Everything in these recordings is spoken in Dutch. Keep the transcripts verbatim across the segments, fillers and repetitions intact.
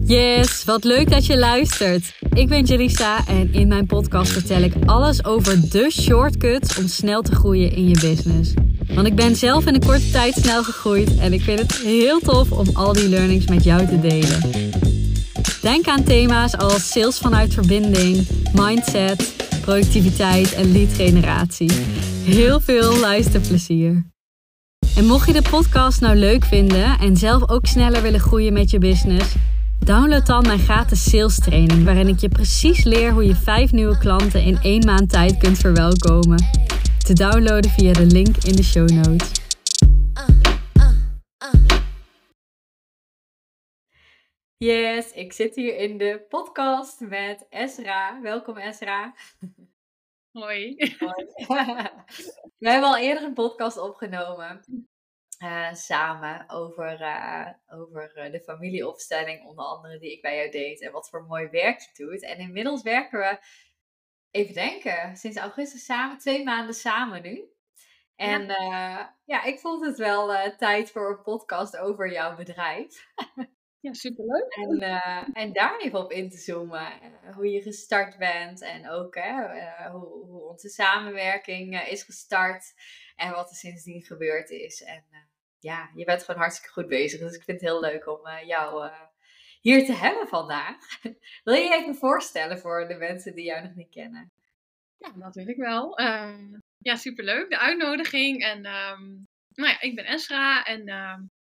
Yes, wat leuk dat je luistert. Ik ben Jelisa en in mijn podcast vertel ik alles over de shortcuts om snel te groeien in je business. Want ik ben zelf in een korte tijd snel gegroeid en ik vind het heel tof om al die learnings met jou te delen. Denk aan thema's als sales vanuit verbinding, mindset, productiviteit en lead generatie. Heel veel luisterplezier. En mocht je de podcast nou leuk vinden en zelf ook sneller willen groeien met je business, download dan mijn gratis sales training, waarin ik je precies leer hoe je vijf nieuwe klanten in één maand tijd kunt verwelkomen. Te downloaden via de link in de show notes. Yes, ik zit hier in de podcast met Esra. Welkom Esra. Hoi. Hoi. We hebben al eerder een podcast opgenomen. Uh, samen over, uh, over uh, de familieopstelling, onder andere die ik bij jou deed en wat voor mooi werk je doet. En inmiddels werken we, even denken, sinds augustus samen, twee maanden samen nu. En ja, uh, ja ik vond het wel uh, tijd voor een podcast over jouw bedrijf. Ja, superleuk. En, uh, en daar even op in te zoomen. Uh, hoe je gestart bent en ook hè, uh, hoe, hoe onze samenwerking uh, is gestart. En wat er sindsdien gebeurd is. En uh, ja, je bent gewoon hartstikke goed bezig. Dus ik vind het heel leuk om uh, jou uh, hier te hebben vandaag. Wil je je even voorstellen voor de mensen die jou nog niet kennen? Ja, dat wil ik wel. Uh, ja, superleuk. De uitnodiging. En um, nou ja, ik ben Esra en uh,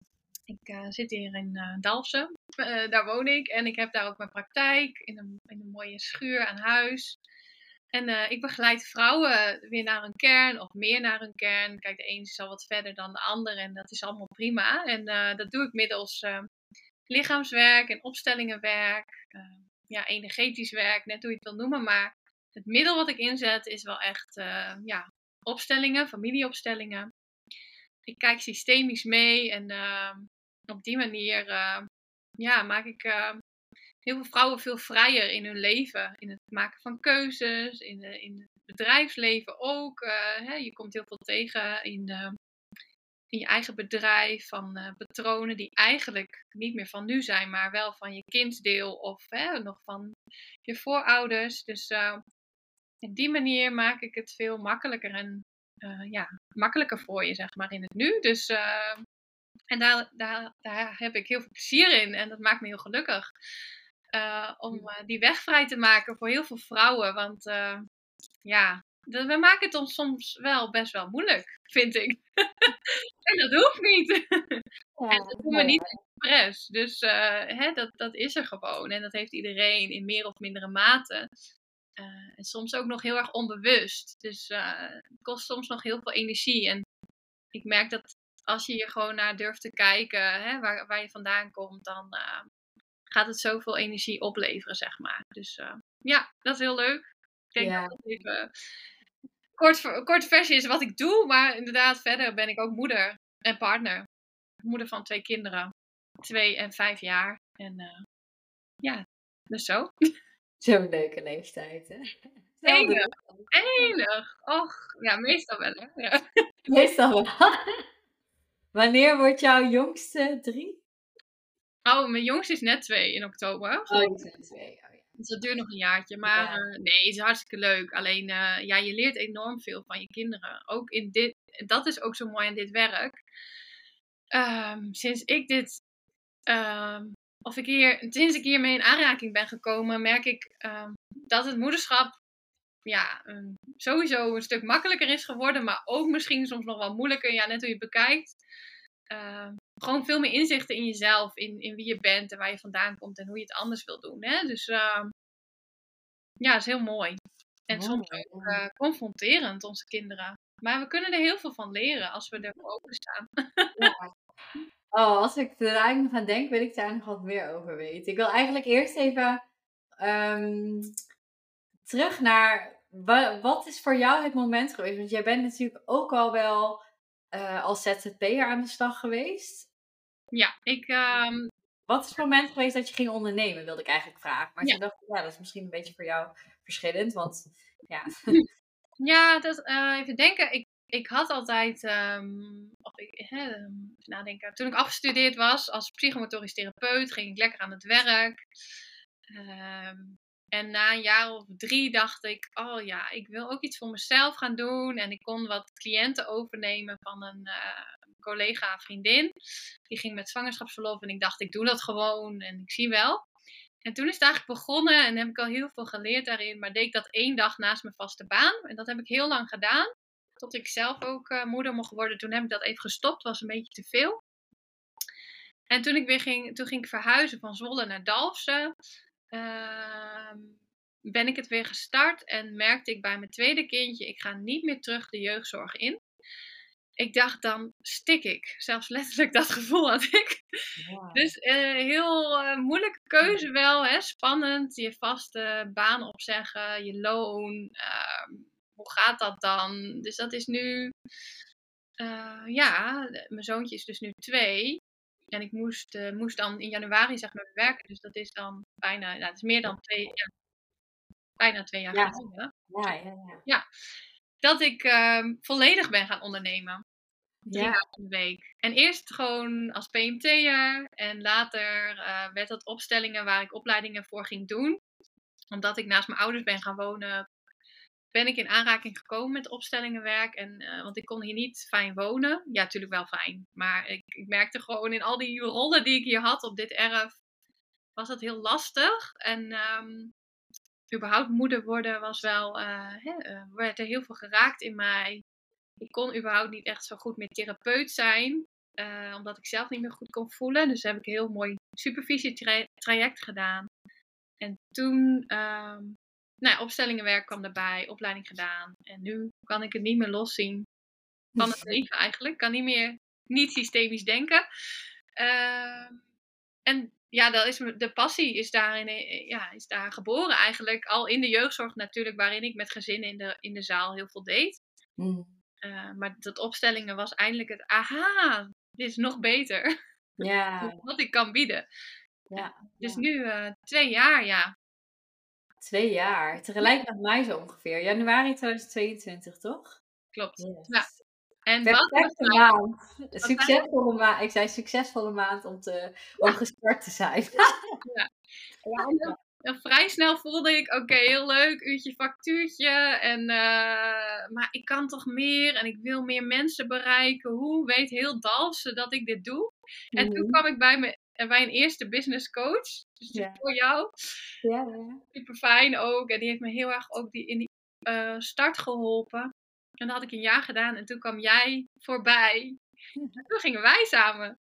ik uh, zit hier in uh, Dalfsen. Uh, daar woon ik en ik heb daar ook mijn praktijk in een, in een mooie schuur aan huis. En uh, ik begeleid vrouwen weer naar hun kern of meer naar hun kern. Kijk, de een is al wat verder dan de ander en dat is allemaal prima. En uh, dat doe ik middels uh, lichaamswerk en opstellingenwerk. Uh, ja, energetisch werk, net hoe je het wil noemen. Maar het middel wat ik inzet is wel echt uh, ja, opstellingen, familieopstellingen. Ik kijk systemisch mee en uh, op die manier uh, ja, maak ik... Uh, heel veel vrouwen veel vrijer in hun leven. In het maken van keuzes. In, de, in het bedrijfsleven ook. Uh, hè, je komt heel veel tegen in, de, in je eigen bedrijf. Van uh, patronen die eigenlijk niet meer van nu zijn. Maar wel van je kindsdeel. Of hè, nog van je voorouders. Dus uh, op die manier maak ik het veel makkelijker. En uh, ja, makkelijker voor je zeg maar in het nu. Dus... Uh, en daar, daar, daar heb ik heel veel plezier in. En dat maakt me heel gelukkig. Uh, om uh, die weg vrij te maken voor heel veel vrouwen. Want uh, ja, de, we maken het ons soms wel best wel moeilijk, vind ik. En dat hoeft niet. Ja, en dat doen we niet expres. Dus uh, hè, dat, dat is er gewoon. En dat heeft iedereen in meer of mindere mate. Uh, en soms ook nog heel erg onbewust. Dus uh, het kost soms nog heel veel energie. En ik merk dat als je hier gewoon naar durft te kijken, hè, waar, waar je vandaan komt, dan... Uh, gaat het zoveel energie opleveren, zeg maar. Dus uh, ja, dat is heel leuk. Ik denk ja. dat het even een kort, korte versie is wat ik doe. Maar inderdaad, verder ben ik ook moeder en partner. Moeder van twee kinderen. Twee en vijf jaar. En uh, ja, dus zo. Zo'n leuke leeftijd, hè? Enig. Enig. Och, ja, meestal wel, hè? Ja. Meestal wel. Wanneer wordt jouw jongste drie? Oh, mijn jongste is net twee in oktober. Oh, die is net twee. Oh, ja. Dus dat duurt nog een jaartje. Maar ja. uh, nee, het is hartstikke leuk. Alleen, uh, ja, je leert enorm veel van je kinderen. Ook in dit, dat is ook zo mooi aan dit werk. Um, sinds ik dit, um, of ik hier, sinds ik hiermee in aanraking ben gekomen, merk ik um, dat het moederschap, ja, um, sowieso een stuk makkelijker is geworden. Maar ook misschien soms nog wel moeilijker. Ja, net hoe je het bekijkt. Uh, gewoon veel meer inzichten in jezelf, in, in wie je bent en waar je vandaan komt en hoe je het anders wil doen. Hè? Dus uh, ja, dat is heel mooi. En oh, soms ook uh, confronterend, onze kinderen. Maar we kunnen er heel veel van leren als we ervoor openstaan. Ja. Oh, als ik er eigenlijk nog aan denk, wil ik daar nog wat meer over weten. Ik wil eigenlijk eerst even um, terug naar, wa- wat is voor jou het moment geweest? Want jij bent natuurlijk ook al wel uh, als Z Z P'er aan de slag geweest. Ja, ik... Um... Wat is het moment geweest dat je ging ondernemen, wilde ik eigenlijk vragen. Maar ja. Toen dacht ik, ja, dat is misschien een beetje voor jou verschillend, want ja... Ja, dat, uh, even denken. Ik, ik had altijd, um, of ik, hè, even nadenken. Toen ik afgestudeerd was als psychomotorisch therapeut, ging ik lekker aan het werk. Um, en na een jaar of drie dacht ik, oh ja, ik wil ook iets voor mezelf gaan doen. En ik kon wat cliënten overnemen van een uh, collega, vriendin. Die ging met zwangerschapsverlof en ik dacht, ik doe dat gewoon en ik zie wel. En toen is het eigenlijk begonnen en heb ik al heel veel geleerd daarin. Maar deed ik dat één dag naast mijn vaste baan. En dat heb ik heel lang gedaan. Tot ik zelf ook uh, moeder mocht worden. Toen heb ik dat even gestopt. Was een beetje te veel. En toen ik weer ging, toen ging ik verhuizen van Zwolle naar Dalfsen. Uh, ben ik het weer gestart. En merkte ik bij mijn tweede kindje. Ik ga niet meer terug de jeugdzorg in. Ik dacht, dan stik ik. Zelfs letterlijk dat gevoel had ik. Wow. Dus uh, heel uh, moeilijke keuze wel. Hè? Spannend. Je vaste baan opzeggen. Je loon. Uh, hoe gaat dat dan? Dus dat is nu... Uh, ja, mijn zoontje is dus nu twee. En ik moest, uh, moest dan in januari zeg maar werken. Dus dat is dan bijna... Nou, het is meer dan twee... Ja, bijna twee jaar ja. geleden. Ja, ja, ja. Ja. Dat ik uh, volledig ben gaan ondernemen. Drie Ja. dagen in de week. En eerst gewoon als P M T'er. En later uh, werd dat opstellingen waar ik opleidingen voor ging doen. Omdat ik naast mijn ouders ben gaan wonen, ben ik in aanraking gekomen met opstellingenwerk. En, uh, want ik kon hier niet fijn wonen. Ja, natuurlijk wel fijn. Maar ik, ik merkte gewoon in al die rollen die ik hier had op dit erf, was dat heel lastig. En um, überhaupt moeder worden was wel, uh, hè, uh, werd er heel veel geraakt in mij. Ik kon überhaupt niet echt zo goed meer therapeut zijn. Uh, omdat ik zelf niet meer goed kon voelen. Dus heb ik een heel mooi supervisietraject gedaan. En toen, um, nou ja, opstellingenwerk kwam erbij. Opleiding gedaan. En nu kan ik het niet meer loszien van het leven eigenlijk. Ik kan niet meer niet systemisch denken. Uh, en ja, dat is, de passie is daarin, ja, is daar geboren eigenlijk. Al in de jeugdzorg natuurlijk. Waarin ik met gezinnen in de, in de zaal heel veel deed. Mm. Uh, maar dat opstellingen was eindelijk het, aha, dit is nog beter. Ja. Wat ik kan bieden. Ja, dus ja. nu uh, twee jaar, ja. Twee jaar. Tegelijk met mij zo ongeveer. Januari tweeduizend tweeëntwintig, toch? Klopt. Yes. Ja. En perfecte maand. Een succesvolle maand. Ik zei succesvolle maand om, te, om ja. gestart te zijn. ja. ja. En vrij snel voelde ik, oké, okay, heel leuk, uurtje factuurtje. En, uh, maar ik kan toch meer en ik wil meer mensen bereiken. Hoe weet heel Dalfsen dat ik dit doe? En mm-hmm. toen kwam ik bij, me, bij een eerste business coach. Dus ja. voor jou. Ja, ja. Super fijn ook. En die heeft me heel erg ook die, in die uh, start geholpen. En dat had ik een jaar gedaan. En toen kwam jij voorbij. En toen gingen wij samen.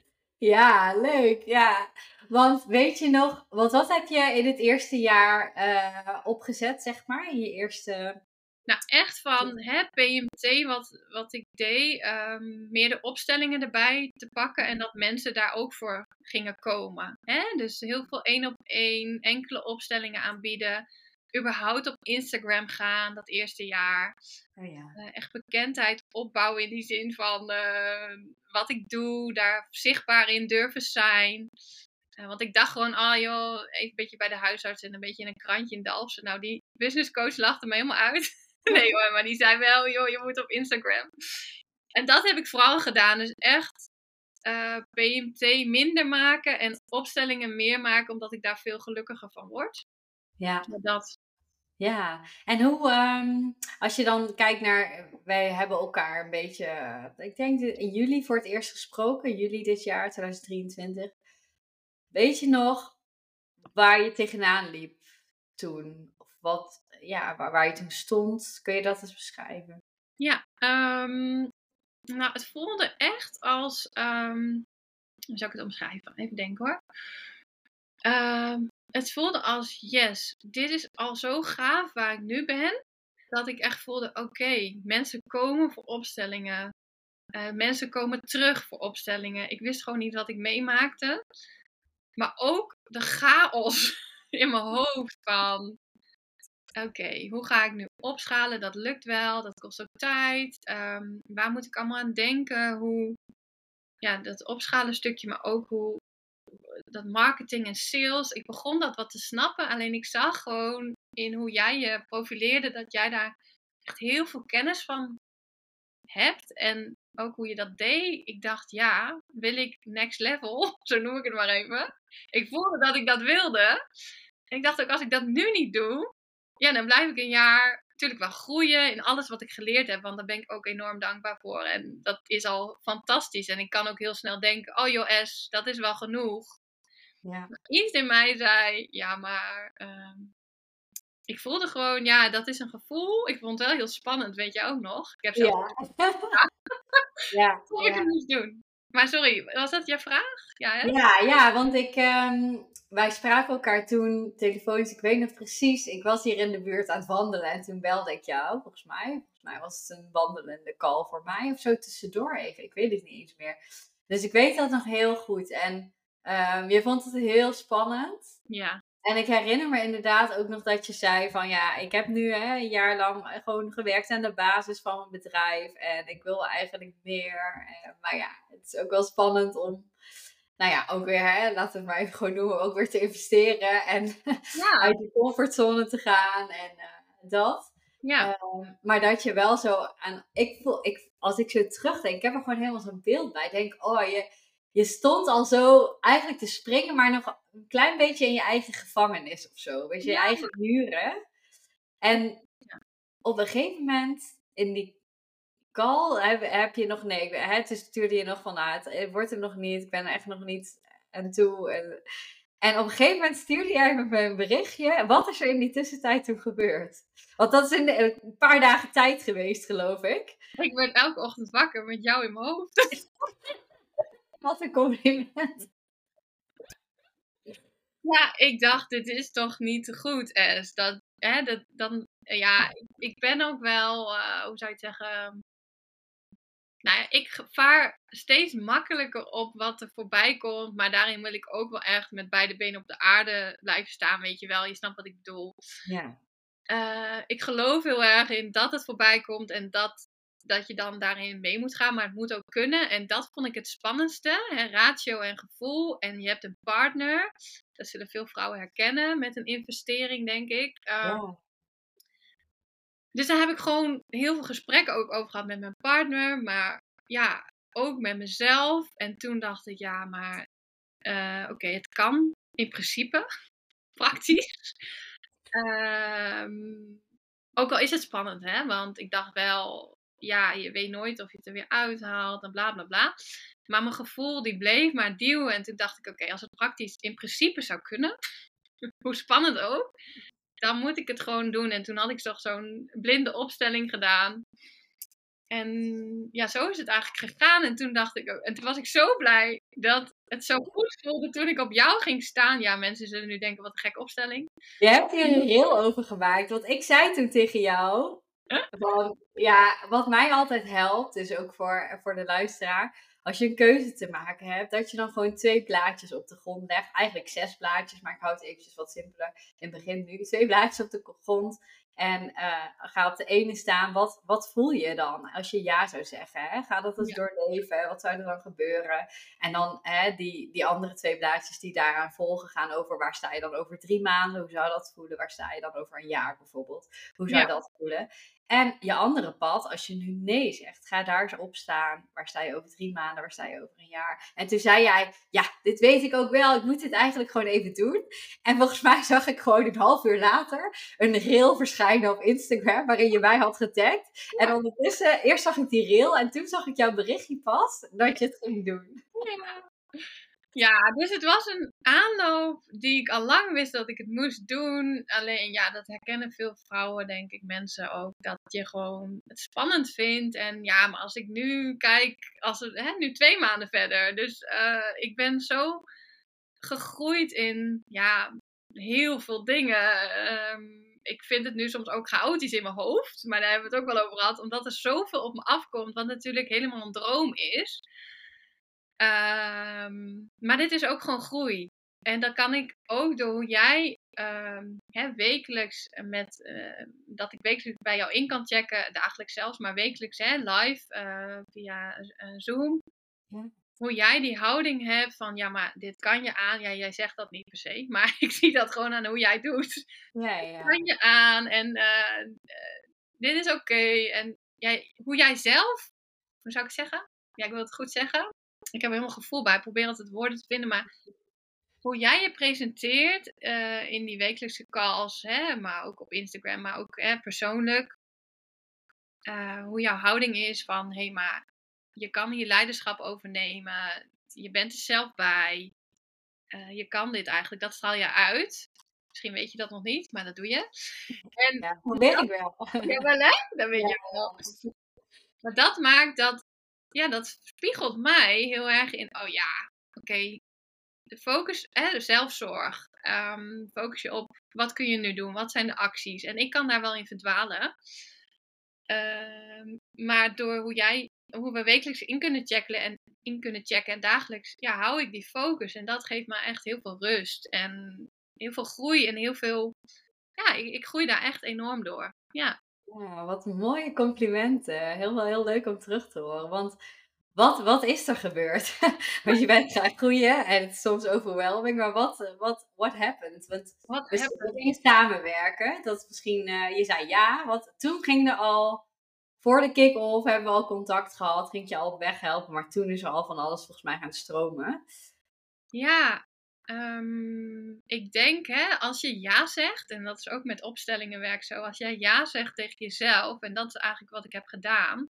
Ja, leuk. Ja, want weet je nog, want wat heb je in het eerste jaar uh, opgezet, zeg maar? In je eerste... Nou, echt van hè, P M T, wat, wat ik deed, um, meer de opstellingen erbij te pakken en dat mensen daar ook voor gingen komen. Hè? Dus heel veel één op één, enkele opstellingen aanbieden. Überhaupt op Instagram gaan, dat eerste jaar. Oh ja. uh, echt bekendheid opbouwen in die zin van uh, wat ik doe, daar zichtbaar in durven zijn. Uh, want ik dacht gewoon, ah oh joh, even een beetje bij de huisarts en een beetje in een krantje in Dalfsen. Nou, die business coach lachte me helemaal uit. Nee hoor, maar die zei wel, joh, je moet op Instagram. En dat heb ik vooral gedaan. Dus echt uh, P M T minder maken en opstellingen meer maken, omdat ik daar veel gelukkiger van word. Ja. Dat. Ja, en hoe, um, als je dan kijkt naar, wij hebben elkaar een beetje, ik denk in juli voor het eerst gesproken, juli dit jaar, tweeduizend drieëntwintig. Weet je nog waar je tegenaan liep toen? Of wat, ja, waar, waar je toen stond? Kun je dat eens beschrijven? Ja, um, nou het voelde echt als, um, hoe zou ik het omschrijven? Even denken hoor. Um, het voelde als, yes, dit is al zo gaaf waar ik nu ben. Dat ik echt voelde, oké, okay, mensen komen voor opstellingen. Uh, mensen komen terug voor opstellingen. Ik wist gewoon niet wat ik meemaakte. Maar ook de chaos in mijn hoofd van, oké, okay, hoe ga ik nu opschalen? Dat lukt wel, dat kost ook tijd. Um, waar moet ik allemaal aan denken? Hoe, ja, dat opschalen stukje, maar ook hoe, dat marketing en sales. Ik begon dat wat te snappen, alleen ik zag gewoon in hoe jij je profileerde, dat jij daar echt heel veel kennis van hebt en ook hoe je dat deed. Ik dacht, ja, wil ik next level? Zo noem ik het maar even. Ik voelde dat ik dat wilde. En ik dacht ook, als ik dat nu niet doe, ja, dan blijf ik een jaar natuurlijk wel groeien in alles wat ik geleerd heb. Want daar ben ik ook enorm dankbaar voor. En dat is al fantastisch. En ik kan ook heel snel denken, oh joh, S, dat is wel genoeg. Ja. Maar iets in mij zei, ja, maar uh, ik voelde gewoon, ja, dat is een gevoel. Ik vond het wel heel spannend, weet je ook nog. Ik heb zelf Ja. Ja, Hoe ik ja. het moest doen. Maar sorry, was dat jouw vraag? Ja, hè? Ja, ja, want ik, um, wij spraken elkaar toen telefonisch. Ik weet nog precies, ik was hier in de buurt aan het wandelen en toen belde ik jou, volgens mij. Volgens mij was het een wandelende call voor mij of zo tussendoor even. Ik weet het niet eens meer. Dus ik weet dat nog heel goed. En um, je vond het heel spannend. Ja. En ik herinner me inderdaad ook nog dat je zei van ja, ik heb nu hè, een jaar lang gewoon gewerkt aan de basis van mijn bedrijf. En ik wil eigenlijk meer. En, maar ja, het is ook wel spannend om, nou ja, ook weer, hè, laten we het maar even gewoon noemen, ook weer te investeren. En Ja. uit die comfortzone te gaan en uh, dat. Ja. Um, maar dat je wel zo aan, ik voel, ik, als ik zo terugdenk, ik heb er gewoon helemaal zo'n beeld bij. Ik denk, oh je... Je stond al zo eigenlijk te springen, maar nog een klein beetje in je eigen gevangenis of zo. Weet je, je Ja. eigen muren. En Ja. op een gegeven moment in die call heb, heb je nog, nee, het stuurde je nog van, nou, het, het wordt hem nog niet, ik ben er echt nog niet aan toe. En, en op een gegeven moment stuurde jij me een berichtje. Wat is er in die tussentijd toen gebeurd? Want dat is in een paar dagen tijd geweest, geloof ik. Ik ben elke ochtend wakker met jou in mijn hoofd. Wat een compliment. Ja, ik dacht, dit is toch niet goed, Es. Dat, hè, dat, dan, ja, ik ben ook wel, uh, hoe zou je het zeggen... Nou ja, ik vaar steeds makkelijker op wat er voorbij komt. Maar daarin wil ik ook wel echt met beide benen op de aarde blijven staan, weet je wel. Je snapt wat ik bedoel. Ja. Uh, ik geloof heel erg in dat het voorbij komt en dat... dat je dan daarin mee moet gaan, maar het moet ook kunnen. En dat vond ik het spannendste. Hè? Ratio en gevoel. En je hebt een partner. Dat zullen veel vrouwen herkennen met een investering, denk ik. Um, Ja. Dus daar heb ik gewoon heel veel gesprekken ook over gehad met mijn partner. Maar ja, ook met mezelf. En toen dacht ik, ja, maar uh, oké, okay, het kan in principe. Praktisch. Um, ook al is het spannend, hè. Want ik dacht wel... Ja, je weet nooit of je het er weer uithaalt en bla bla bla. Maar mijn gevoel die bleef maar duwen. En toen dacht ik, oké, okay, als het praktisch in principe zou kunnen, hoe spannend ook, dan moet ik het gewoon doen. En toen had ik toch zo'n blinde opstelling gedaan. En ja, zo is het eigenlijk gegaan. En toen dacht ik ook, en toen was ik zo blij dat het zo goed voelde toen ik op jou ging staan. Ja, mensen zullen nu denken, wat een gekke opstelling. Je hebt hier een reel over gemaakt. Want ik zei toen tegen jou... Van, ja, wat mij altijd helpt, dus ook voor, voor de luisteraar, als je een keuze te maken hebt, dat je dan gewoon twee blaadjes op de grond legt. Eigenlijk zes blaadjes, maar ik houd het eventjes wat simpeler in het begin nu. Twee blaadjes op de grond en uh, ga op de ene staan. Wat, wat voel je dan als je ja zou zeggen? Hè? Ga dat eens ja. doorleven. Wat zou er dan gebeuren? En dan hè, die, die andere twee blaadjes die daaraan volgen gaan over waar sta je dan over drie maanden? Hoe zou dat voelen? Waar sta je dan over een jaar bijvoorbeeld? Hoe zou ja. dat voelen? En je andere pad, als je nu nee zegt, ga daar eens op staan. Waar sta je over drie maanden? Waar sta je over een jaar? En toen zei jij, ja, dit weet ik ook wel. Ik moet dit eigenlijk gewoon even doen. En volgens mij zag ik gewoon een half uur later een reel verschijnen op Instagram waarin je mij had getagd. Ja. En ondertussen, eerst zag ik die reel en toen zag ik jouw berichtje pas dat je het ging doen. Ja. Ja, dus het was een aanloop die ik al lang wist dat ik het moest doen. Alleen, ja, dat herkennen veel vrouwen, denk ik, mensen ook. Dat je gewoon het spannend vindt. En ja, maar als ik nu kijk, als het, hè, nu twee maanden verder. Dus uh, ik ben zo gegroeid in, ja, heel veel dingen. Um, ik vind het nu soms ook chaotisch in mijn hoofd. Maar daar hebben we het ook wel over gehad. Omdat er zoveel op me afkomt, wat natuurlijk helemaal een droom is. Um, maar dit is ook gewoon groei. En dat kan ik ook door hoe jij um, hè, wekelijks met uh, dat ik wekelijks bij jou in kan checken, dagelijks zelfs, maar wekelijks hè, live uh, via uh, Zoom. Ja. Hoe jij die houding hebt van ja, maar dit kan je aan. Ja, jij zegt dat niet per se, maar ik zie dat gewoon aan hoe jij het doet. Ja, ja. Kan je aan en uh, uh, dit is oké. Okay. En jij, hoe jij zelf hoe zou ik het zeggen? Ja, ik wil het goed zeggen. Ik heb er helemaal gevoel bij. Ik probeer altijd woorden te vinden, maar hoe jij je presenteert uh, in die wekelijkse calls, hè, maar ook op Instagram, maar ook hè, persoonlijk. Uh, hoe jouw houding is van, hé, hey, maar je kan hier leiderschap overnemen. Je bent er zelf bij. Uh, je kan dit eigenlijk. Dat straal je uit. Misschien weet je dat nog niet, maar dat doe je. En ja, dat weet ik wel. Ja, wel hè? Dat weet ja. je wel. Maar dat maakt dat, ja, dat spiegelt mij heel erg in, oh ja, oké, okay, de focus, hè, de zelfzorg. Um, focus je op, wat kun je nu doen? Wat zijn de acties? En ik kan daar wel in verdwalen. Uh, maar door hoe jij, hoe we wekelijks in kunnen checken en in kunnen checken en dagelijks, ja, hou ik die focus. En dat geeft me echt heel veel rust en heel veel groei en heel veel, ja, ik, ik groei daar echt enorm door. Ja. Ja, wat mooie complimenten. Heel, heel leuk om terug te horen. Want wat, wat is er gebeurd? Want je bent gaan groeien en het is soms overwhelming. Maar wat, wat what happened? Want What we happened? gingen samenwerken. Dat is misschien, uh, je zei ja. Want toen ging er al, voor de kick-off hebben we al contact gehad. Ging je al op weg helpen. Maar toen is er al van alles volgens mij gaan stromen. Ja, um, ik denk hè, als je ja zegt, en dat is ook met opstellingenwerk zo, als jij ja zegt tegen jezelf, en dat is eigenlijk wat ik heb gedaan,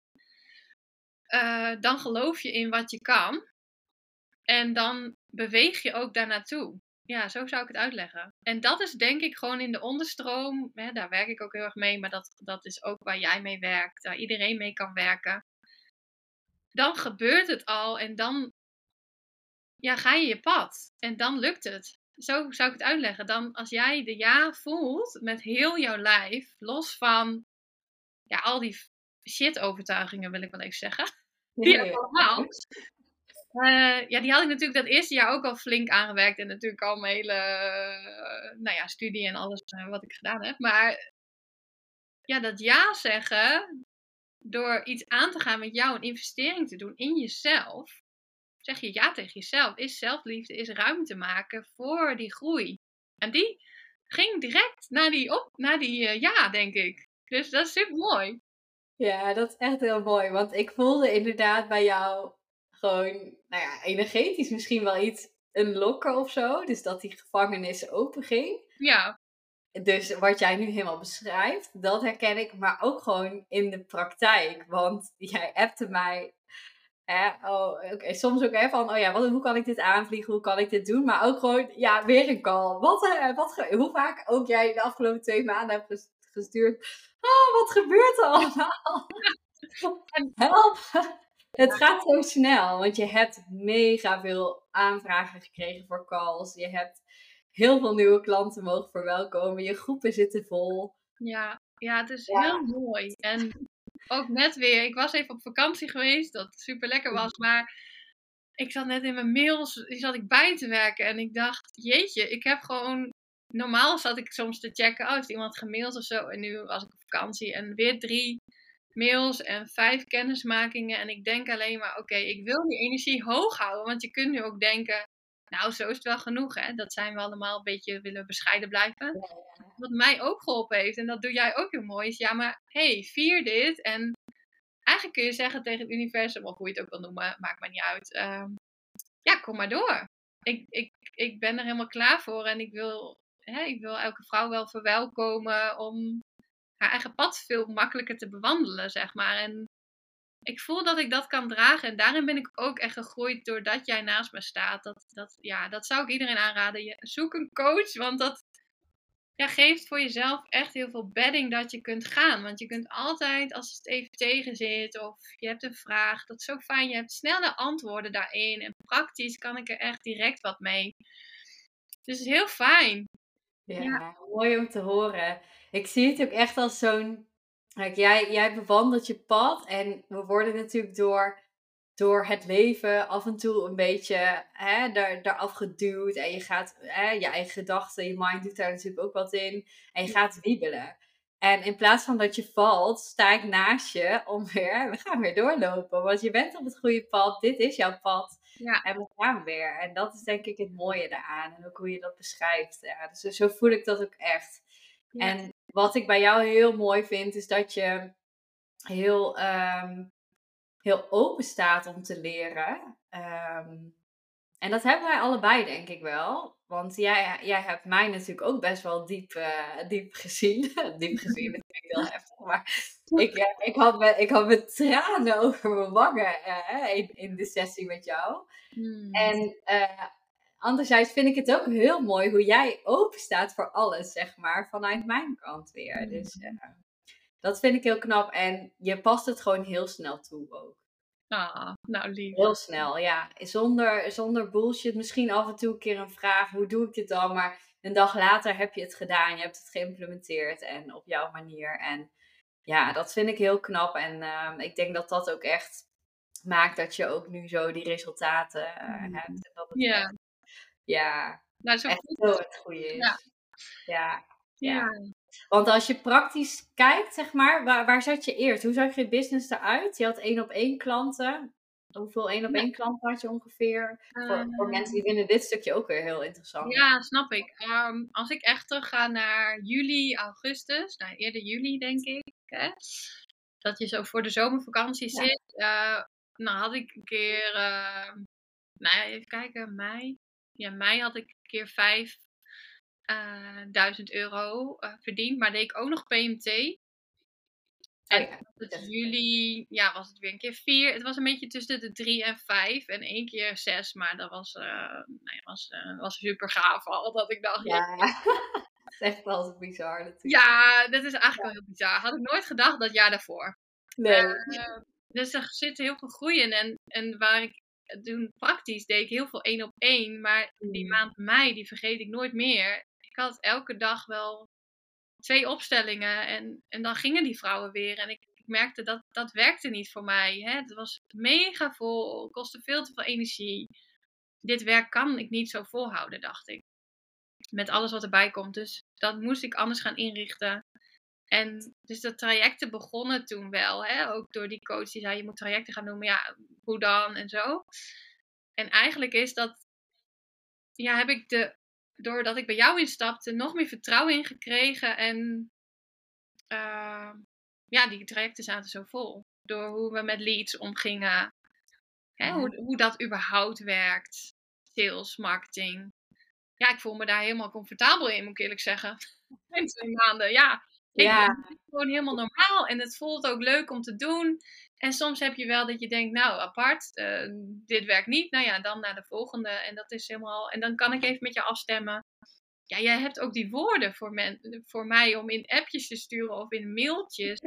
uh, dan geloof je in wat je kan en dan beweeg je ook daar naartoe. Ja, zo zou ik het uitleggen. En dat is denk ik gewoon in de onderstroom, hè, daar werk ik ook heel erg mee, maar dat, dat is ook waar jij mee werkt, waar iedereen mee kan werken. Dan gebeurt het al en dan ja, ga je je pad. En dan lukt het. Zo zou ik het uitleggen. Dan als jij de ja voelt met heel jouw lijf, los van ja, al die shit overtuigingen wil ik wel even zeggen. Die heb ik allemaal. Uh, ja, die had ik natuurlijk dat eerste jaar ook al flink aangewerkt. En natuurlijk al mijn hele uh, nou ja, studie en alles uh, wat ik gedaan heb. Maar ja, dat ja zeggen, door iets aan te gaan met jou, een investering te doen in jezelf. Zeg je ja tegen jezelf, is zelfliefde, is ruimte maken voor die groei. En die ging direct naar die, op, naar die uh, ja, denk ik. Dus dat is super mooi. Ja, dat is echt heel mooi. Want ik voelde inderdaad bij jou gewoon, nou ja, energetisch misschien wel iets, een lokker of zo. Dus dat die gevangenis open ging. Ja. Dus wat jij nu helemaal beschrijft, dat herken ik. Maar ook gewoon in de praktijk. Want jij appte mij... Eh, oh, okay. Soms ook hè, van, oh ja, wat, hoe kan ik dit aanvliegen? Hoe kan ik dit doen? Maar ook gewoon, ja, weer een call. Wat, uh, wat, hoe vaak ook jij de afgelopen twee maanden hebt gestuurd. Oh, wat gebeurt er allemaal? Help! Het gaat zo snel, want je hebt mega veel aanvragen gekregen voor calls. Je hebt heel veel nieuwe klanten mogen verwelkomen. Je groepen zitten vol. Ja, ja het is ja. heel mooi. En ook net weer, ik was even op vakantie geweest, dat super lekker was, maar ik zat net in mijn mails, die zat ik bij te werken en ik dacht, jeetje, ik heb gewoon, normaal zat ik soms te checken, oh, heeft iemand gemaild of zo, en nu was ik op vakantie en weer drie mails en vijf kennismakingen en ik denk alleen maar, oké, okay, ik wil die energie hoog houden, want je kunt nu ook denken, nou, zo is het wel genoeg, hè, dat zijn we allemaal een beetje, willen bescheiden blijven. Wat mij ook geholpen heeft, en dat doe jij ook heel mooi, is ja, maar hey, vier dit. En eigenlijk kun je zeggen tegen het universum, of hoe je het ook wil noemen, maakt mij niet uit. Um, ja, kom maar door. Ik, ik, ik ben er helemaal klaar voor en ik wil, hè, ik wil elke vrouw wel verwelkomen om haar eigen pad veel makkelijker te bewandelen, zeg maar. En ik voel dat ik dat kan dragen en daarin ben ik ook echt gegroeid doordat jij naast me staat. Dat, dat, ja, dat zou ik iedereen aanraden. Je, zoek een coach, want dat ja, geeft voor jezelf echt heel veel bedding dat je kunt gaan. Want je kunt altijd, als het even tegen zit of je hebt een vraag, dat is zo fijn. Je hebt snelle antwoorden daarin en praktisch kan ik er echt direct wat mee. Dus het is heel fijn. Ja, ja. Mooi om te horen. Ik zie het ook echt als zo'n... Kijk, jij, jij bewandelt je pad en we worden natuurlijk door, door het leven af en toe een beetje hè, daar, daar afgeduwd. En je gaat, hè, je eigen gedachten, je mind doet daar natuurlijk ook wat in. En je gaat wiebelen. En in plaats van dat je valt, sta ik naast je om weer, we gaan weer doorlopen. Want je bent op het goede pad, dit is jouw pad. Ja. En we gaan weer. En dat is denk ik het mooie daaraan. En ook hoe je dat beschrijft. Ja, dus zo voel ik dat ook echt. Ja. En wat ik bij jou heel mooi vind, is dat je heel, um, heel open staat om te leren. Um, en dat hebben wij allebei, denk ik wel. Want jij, jij hebt mij natuurlijk ook best wel diep, uh, diep gezien. diep gezien, dat klinkt heel heftig. Maar ik, uh, ik, had me, ik had mijn tranen over mijn wangen uh, in, in de sessie met jou. Hmm. En uh, anderzijds vind ik het ook heel mooi hoe jij open staat voor alles, zeg maar, vanuit mijn kant weer. Hmm. Dus uh, dat vind ik heel knap. En je past het gewoon heel snel toe ook. Ah, nou lief. Heel snel, ja. Zonder, zonder bullshit. Misschien af en toe een keer een vraag, hoe doe ik dit dan? Maar een dag later heb je het gedaan. Je hebt het geïmplementeerd en op jouw manier. En ja, dat vind ik heel knap. En uh, ik denk dat dat ook echt maakt dat je ook nu zo die resultaten uh, mm. hebt. En dat het ja. Echt, ja, nou, zo echt goed. heel het goede is. Ja. Ja. Ja. ja. Want als je praktisch kijkt, zeg maar, waar, waar zat je eerst? Hoe zag je business eruit? Je had één op één klanten. Hoeveel één op één klanten had je ongeveer? Uh, voor, voor mensen die vinden dit stukje ook weer heel interessant. Ja, snap ik. Um, als ik echt terug ga naar juli, augustus, nou eerder juli denk ik, hè, dat je zo voor de zomervakantie ja. zit. Uh, nou had ik een keer, uh, nou even kijken, mei. Ja, mei had ik een keer vijf. Uh, duizend euro uh, verdiend, maar deed ik ook nog P M T. En oh ja, het juli, ja, was het weer een keer vier. Het was een beetje tussen de drie en vijf en één keer zes, maar dat was, uh, nou ja, was, uh, was super gaaf al, dat ik dacht. Ja, dat is echt wel zo bizar natuurlijk. Ja, dat is eigenlijk ja. wel heel bizar. Had ik nooit gedacht dat jaar daarvoor. Nee. Uh, dus er zit heel veel groei in en, en waar ik toen praktisch deed ik heel veel één op één, maar die maand mei, die vergeet ik nooit meer. Ik had elke dag wel twee opstellingen en, en dan gingen die vrouwen weer. En ik, ik merkte dat dat werkte niet voor mij. Hè? Het was mega vol, kostte veel te veel energie. Dit werk kan ik niet zo volhouden, dacht ik. Met alles wat erbij komt. Dus dat moest ik anders gaan inrichten. En dus de trajecten begonnen toen wel. Hè? Ook door die coach die zei, je moet trajecten gaan doen. Maar ja, hoe dan en zo. En eigenlijk is dat, ja, heb ik de... doordat ik bij jou instapte, nog meer vertrouwen in gekregen. En uh, ja, die trajecten zaten zo vol. Door hoe we met leads omgingen. Hè, ja. hoe, hoe dat überhaupt werkt. Sales, marketing. Ja, ik voel me daar helemaal comfortabel in, moet ik eerlijk zeggen. In twee maanden, ja. Ik ja. vind het gewoon helemaal normaal. En het voelt ook leuk om te doen. En soms heb je wel dat je denkt, nou, apart. Uh, dit werkt niet. Nou ja, dan naar de volgende. En dat is helemaal... En dan kan ik even met je afstemmen. Ja, jij hebt ook die woorden voor, men, voor mij om in appjes te sturen of in mailtjes.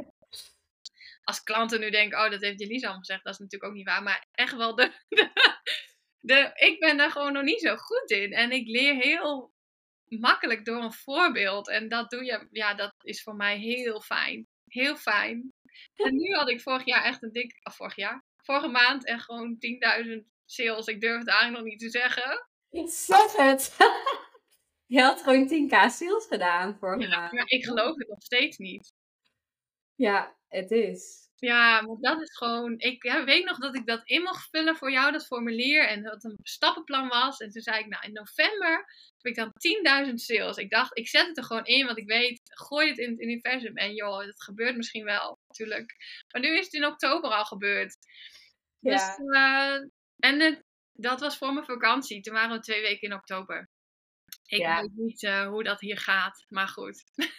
Als klanten nu denken, oh, dat heeft Jelise al gezegd. Dat is natuurlijk ook niet waar. Maar echt wel de, de, de... Ik ben daar gewoon nog niet zo goed in. En ik leer heel makkelijk door een voorbeeld. En dat doe je... Ja, dat is voor mij heel fijn. Heel fijn. En nu had ik vorig jaar echt een dik... Of vorig jaar? Vorige maand echt gewoon tienduizend sales. Ik durf het eigenlijk nog niet te zeggen. Ik zeg het. Je had gewoon tien k sales gedaan vorige ja, maand. Maar ik geloof het nog steeds niet. Ja, het is. Ja, maar dat is gewoon... Ik ja, weet nog dat ik dat in mocht vullen voor jou, dat formulier. En dat het een stappenplan was. En toen zei ik, nou in november heb ik dan tienduizend sales. Ik dacht, ik zet het er gewoon in, want ik weet, gooi het in het universum. En joh, het gebeurt misschien wel, natuurlijk. Maar nu is het in oktober al gebeurd. Ja. Dus, uh, en het, dat was voor mijn vakantie. Toen waren we twee weken in oktober. Ik ja. weet niet uh, hoe dat hier gaat, maar goed.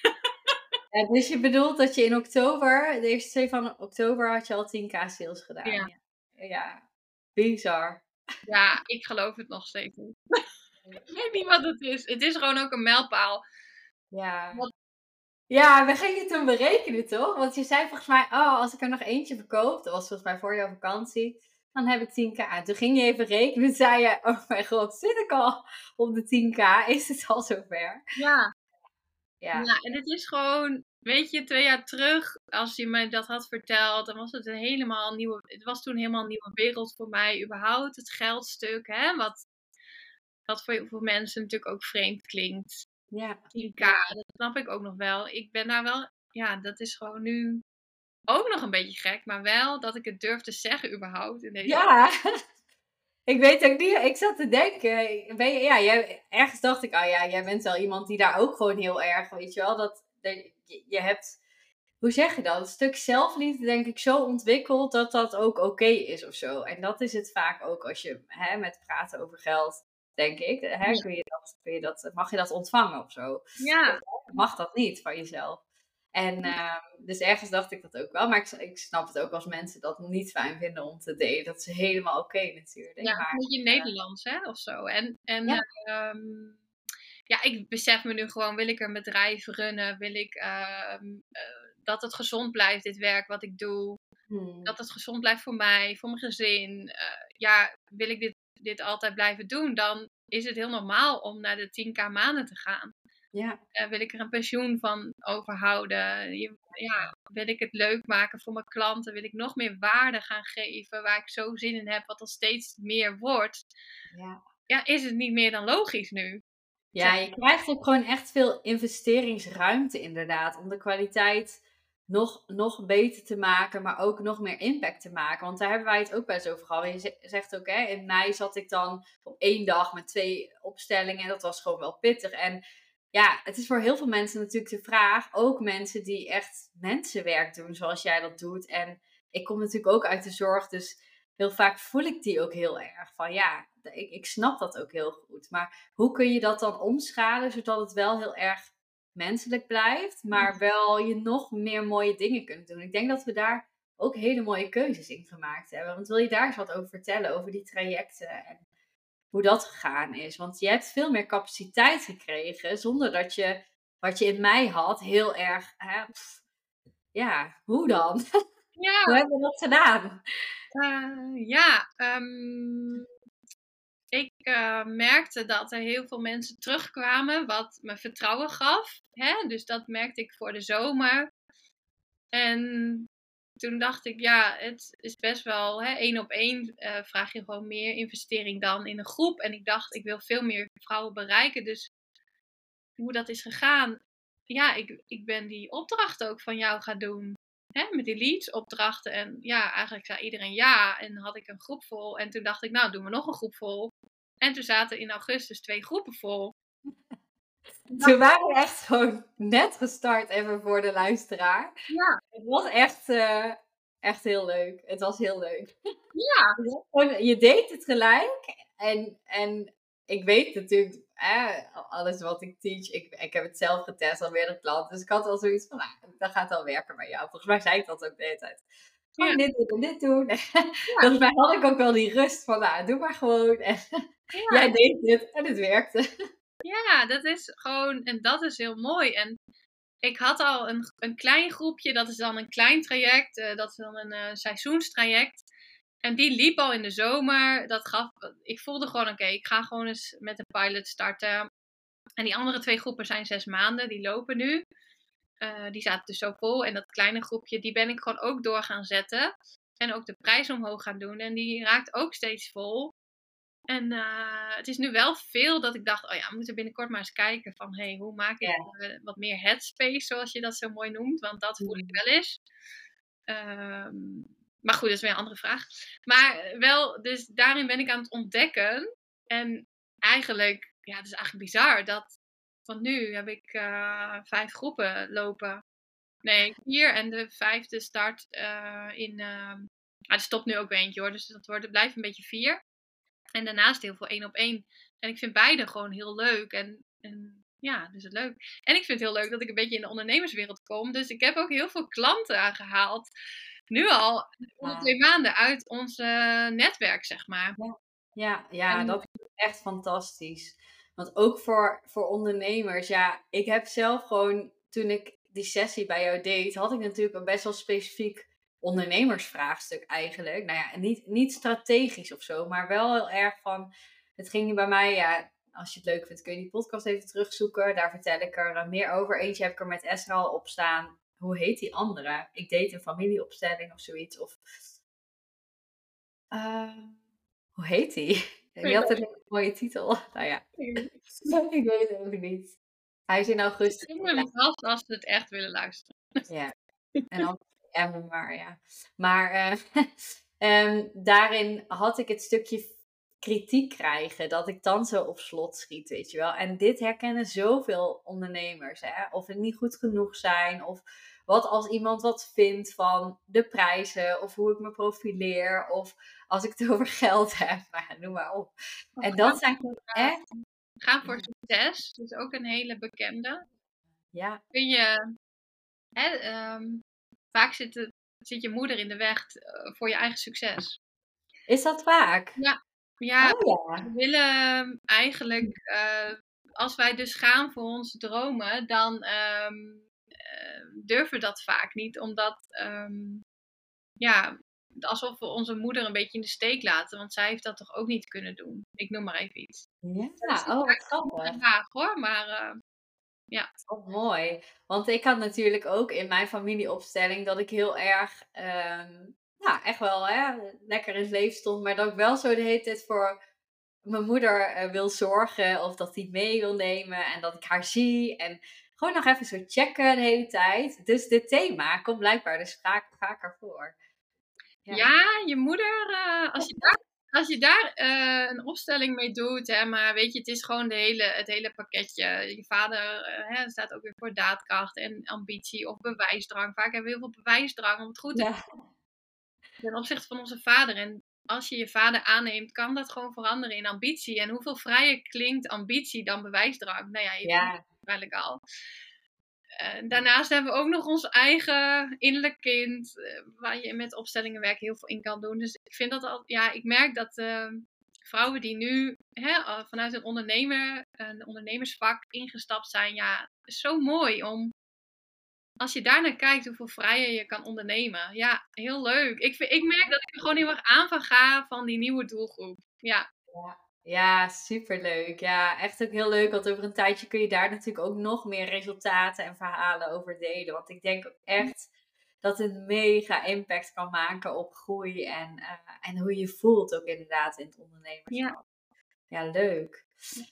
Ja, dus je bedoelt dat je in oktober, de eerste twee van oktober, had je al tien k sales gedaan. Ja. Ja, ja. Bizar. Ja, ik geloof het nog steeds niet. Ik weet niet wat het is. Het is gewoon ook een mijlpaal. Ja. Wat... Ja, we gingen toen berekenen, toch? Want je zei volgens mij, oh, als ik er nog eentje verkoop, dat was volgens mij voor jouw vakantie, dan heb ik tien k. Toen ging je even rekenen en zei je, oh mijn god, zit ik al op de tien k? Is het al zover? Ja. Ja. Ja, en het is gewoon, weet je, twee jaar terug, als je mij dat had verteld, dan was het een helemaal nieuwe, het was toen helemaal een nieuwe wereld voor mij, überhaupt het geldstuk, hè, wat, wat voor heel veel mensen natuurlijk ook vreemd klinkt. Ja. tien k, dat snap ik ook nog wel. Ik ben daar wel, ja, dat is gewoon nu ook nog een beetje gek, maar wel dat ik het durf te zeggen überhaupt. In deze ja. Ik weet ook niet, ik zat te denken, ben je, ja, jij, ergens dacht ik, oh ja, jij bent wel iemand die daar ook gewoon heel erg, weet je wel, dat, dat je, je hebt, hoe zeg je dat? Een stuk zelfliefde denk ik zo ontwikkeld dat dat ook oké is of zo. En dat is het vaak ook als je hè, met praten over geld, denk ik. Hè, Ja. kun je dat, kun je dat, mag je dat ontvangen of zo? Ja. Of mag dat niet van jezelf? En uh, dus ergens dacht ik dat ook wel. Maar ik, ik snap het ook als mensen dat niet fijn vinden om te delen. Dat is helemaal oké okay, natuurlijk. Ja, maar, een beetje uh, Nederlands, hè, of zo. En, en ja. Uh, um, ja, ik besef me nu gewoon, wil ik een bedrijf runnen? Wil ik uh, uh, dat het gezond blijft, dit werk wat ik doe? Hmm. Dat het gezond blijft voor mij, voor mijn gezin. Uh, ja, wil ik dit, dit altijd blijven doen? Dan is het heel normaal om naar de tien k maanden te gaan. Ja. Uh, wil ik er een pensioen van overhouden? Je, ja, wil ik het leuk maken voor mijn klanten? Wil ik nog meer waarde gaan geven waar ik zo zin in heb, wat er steeds meer wordt? Ja, ja is het niet meer dan logisch nu? Ja, je krijgt ook gewoon echt veel investeringsruimte inderdaad. Om de kwaliteit nog, nog beter te maken, maar ook nog meer impact te maken. Want daar hebben wij het ook best over gehad. Je zegt ook, hè, in mei zat ik dan op één dag met twee opstellingen. En dat was gewoon wel pittig. En ja, het is voor heel veel mensen natuurlijk de vraag. Ook mensen die echt mensenwerk doen zoals jij dat doet. En ik kom natuurlijk ook uit de zorg, dus heel vaak voel ik die ook heel erg. Van ja, ik, ik snap dat ook heel goed. Maar hoe kun je dat dan omschalen, zodat het wel heel erg menselijk blijft, maar wel je nog meer mooie dingen kunt doen? Ik denk dat we daar ook hele mooie keuzes in gemaakt hebben. Want wil je daar eens wat over vertellen, over die trajecten en hoe dat gegaan is? Want je hebt veel meer capaciteit gekregen, zonder dat je, wat je in mij had, heel erg, hè, pff, ja, hoe dan? Ja. Hoe hebben we dat gedaan? Uh, ja, um, ik uh, merkte dat er heel veel mensen terugkwamen, wat me vertrouwen gaf. Hè? Dus dat merkte ik voor de zomer. En toen dacht ik, ja, het is best wel hè, één op één uh, vraag je gewoon meer investering dan in een groep. En ik dacht, ik wil veel meer vrouwen bereiken. Dus hoe dat is gegaan, ja, ik, ik ben die opdracht ook van jou gaan doen. Hè, met die leads opdrachten. En ja, eigenlijk zei iedereen ja. En had ik een groep vol. En toen dacht ik, nou, doen we nog een groep vol. En toen zaten in augustus twee groepen vol. Toen waren we echt gewoon net gestart, even voor de luisteraar. Ja. Het was echt, uh, echt heel leuk. Het was heel leuk. Ja. Je deed het gelijk. En, en ik weet natuurlijk, eh, alles wat ik teach, ik, ik heb het zelf getest al meerdere klanten. Dus ik had al zoiets van, nou, dat gaat wel werken bij jou. Volgens mij zei ik dat ook de hele tijd. Gewoon ja. dit doen en dit doen. Ja. Volgens mij had ik ook wel die rust van, nou, doe maar gewoon. En ja. Jij deed het en het werkte. Ja, dat is gewoon, en dat is heel mooi. En ik had al een, een klein groepje, dat is dan een klein traject, uh, dat is dan een uh, seizoenstraject. En die liep al in de zomer. Dat gaf, ik voelde gewoon, oké, okay, ik ga gewoon eens met een pilot starten. En die andere twee groepen zijn zes maanden, die lopen nu. Uh, die zaten dus zo vol. En dat kleine groepje, die ben ik gewoon ook door gaan zetten. En ook de prijs omhoog gaan doen. En die raakt ook steeds vol. En uh, het is nu wel veel dat ik dacht, oh ja, we moeten binnenkort maar eens kijken van, hé, hey, hoe maak ik ja. uh, wat meer headspace, zoals je dat zo mooi noemt. Want dat voel ik wel eens. Um, maar goed, dat is weer een andere vraag. Maar wel, dus daarin ben ik aan het ontdekken. En eigenlijk, ja, het is eigenlijk bizar dat, want nu heb ik uh, vijf groepen lopen. Nee, vier en de vijfde start uh, in, uh, ah, er stopt nu ook weer eentje hoor, dus dat wordt, het blijft een beetje vier. En daarnaast heel veel één op één. En ik vind beide gewoon heel leuk. En, en ja, dus het leuk. En ik vind het heel leuk dat ik een beetje in de ondernemerswereld kom. Dus ik heb ook heel veel klanten aangehaald. Nu al, ja. twee maanden uit ons uh, netwerk, zeg maar. Ja, ja, ja en, dat is echt fantastisch. Want ook voor, voor ondernemers, ja, ik heb zelf gewoon, toen ik die sessie bij jou deed, had ik natuurlijk een best wel specifiek ondernemersvraagstuk eigenlijk. Nou ja, niet, niet strategisch of zo, maar wel heel erg van, het ging bij mij, ja, als je het leuk vindt kun je die podcast even terugzoeken. Daar vertel ik er meer over. Eentje heb ik er met Esra al op staan. Hoe heet die andere? Ik deed een familieopstelling of zoiets. Of, uh, hoe heet die? Die had een mooie titel. Nou ja, ik weet het ook niet. Hij is in augustus. Ik ben vast als ze het echt willen luisteren. Ja, en dan en maar ja. Maar uh, um, daarin had ik het stukje kritiek krijgen, dat ik dan zo op slot schiet, weet je wel. En dit herkennen zoveel ondernemers, hè. Of het niet goed genoeg zijn, of wat als iemand wat vindt van de prijzen, of hoe ik me profileer, of als ik het over geld heb, maar ja, noem maar op. En dat zijn gewoon echt... Gaan voor succes, dat is ook een hele bekende. Ja. Kun je, hè, um, vaak zit, het, zit je moeder in de weg uh, voor je eigen succes. Is dat vaak? Ja, ja, oh, ja. we willen eigenlijk, uh, als wij dus gaan voor onze dromen, dan um, uh, durven we dat vaak niet, omdat, um, ja, alsof we onze moeder een beetje in de steek laten, want zij heeft dat toch ook niet kunnen doen. Ik noem maar even iets. Ja, oh, wat grappig. Laag, hoor, maar uh, ja. Oh, mooi. Want ik had natuurlijk ook in mijn familieopstelling dat ik heel erg, um, nou, echt wel hè, lekker in het leven stond, maar dat ik wel zo de hele tijd voor mijn moeder uh, wil zorgen of dat die mee wil nemen en dat ik haar zie en gewoon nog even zo checken de hele tijd. Dus dit thema komt blijkbaar dus vaak, vaker voor. Ja, ja je moeder, uh, als je daar, als je daar uh, een opstelling mee doet, hè, maar weet je, het is gewoon de hele, het hele pakketje. Je vader uh, hè, staat ook weer voor daadkracht en ambitie of bewijsdrang. Vaak hebben we heel veel bewijsdrang om het goed te doen. Ja. Ten opzichte van onze vader. En als je je vader aanneemt, kan dat gewoon veranderen in ambitie. En hoeveel vrijer klinkt ambitie dan bewijsdrang? Nou ja, je ja. weet het waarschijnlijk al. Uh, daarnaast hebben we ook nog ons eigen innerlijk kind, uh, waar je met opstellingen werk heel veel in kan doen. Dus ik vind dat al, ja, ik merk dat uh, vrouwen die nu hè, vanuit een ondernemer, een ondernemersvak ingestapt zijn, ja, is zo mooi om, als je daar naar kijkt, hoeveel vrijer je kan ondernemen. Ja, heel leuk. Ik, vind, ik merk dat ik er gewoon heel erg aan van ga van die nieuwe doelgroep. Ja. Ja. Ja, superleuk. Ja, echt ook heel leuk. Want over een tijdje kun je daar natuurlijk ook nog meer resultaten en verhalen over delen. Want ik denk ook echt dat het mega impact kan maken op groei. En, uh, en hoe je voelt ook inderdaad in het ondernemerschap. Ja, ja leuk.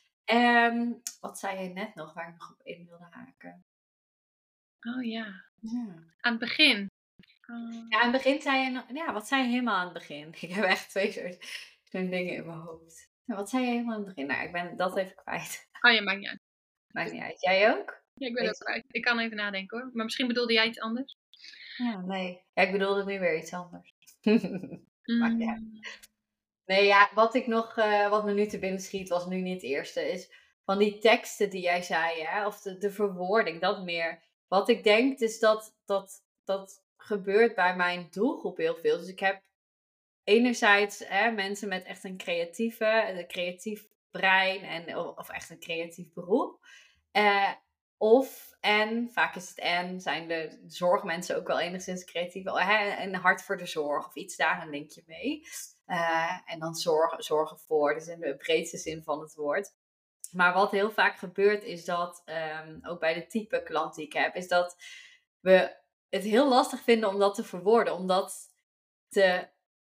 Um, wat zei je net nog waar ik nog op in wilde haken? Oh ja. ja. Aan het begin. Uh... Ja, aan het begin zei je nog... Ja, wat zei je helemaal aan het begin? Ik heb echt twee soort, zo'n dingen in mijn hoofd. Nou, wat zei je helemaal aan het begin? Nou, ik ben dat even kwijt. Oh ja, maakt niet uit. Maakt niet uit. Jij ook? Ja, ik ben ook kwijt. Ik kan even nadenken hoor. Maar misschien bedoelde jij iets anders? Ja, nee. Ja, ik bedoelde nu weer iets anders. Maakt niet uit. Nee, ja, wat ik nog, uh, wat me nu te binnen schiet, was nu niet het eerste, is van die teksten die jij zei, hè, of de, de verwoording, dat meer. Wat ik denk is dat, dat dat gebeurt bij mijn doelgroep heel veel. Dus ik heb enerzijds hè, mensen met echt een creatieve, een creatief brein en, of echt een creatief beroep. Uh, of, en, vaak is het en, zijn de zorgmensen ook wel enigszins creatief. Hè, een hart voor de zorg of iets daar een linkje mee. Uh, en dan zorgen, zorgen voor, dus in de breedste zin van het woord. Maar wat heel vaak gebeurt is dat, um, ook bij de type klant die ik heb, is dat we het heel lastig vinden om dat te verwoorden. Om dat te...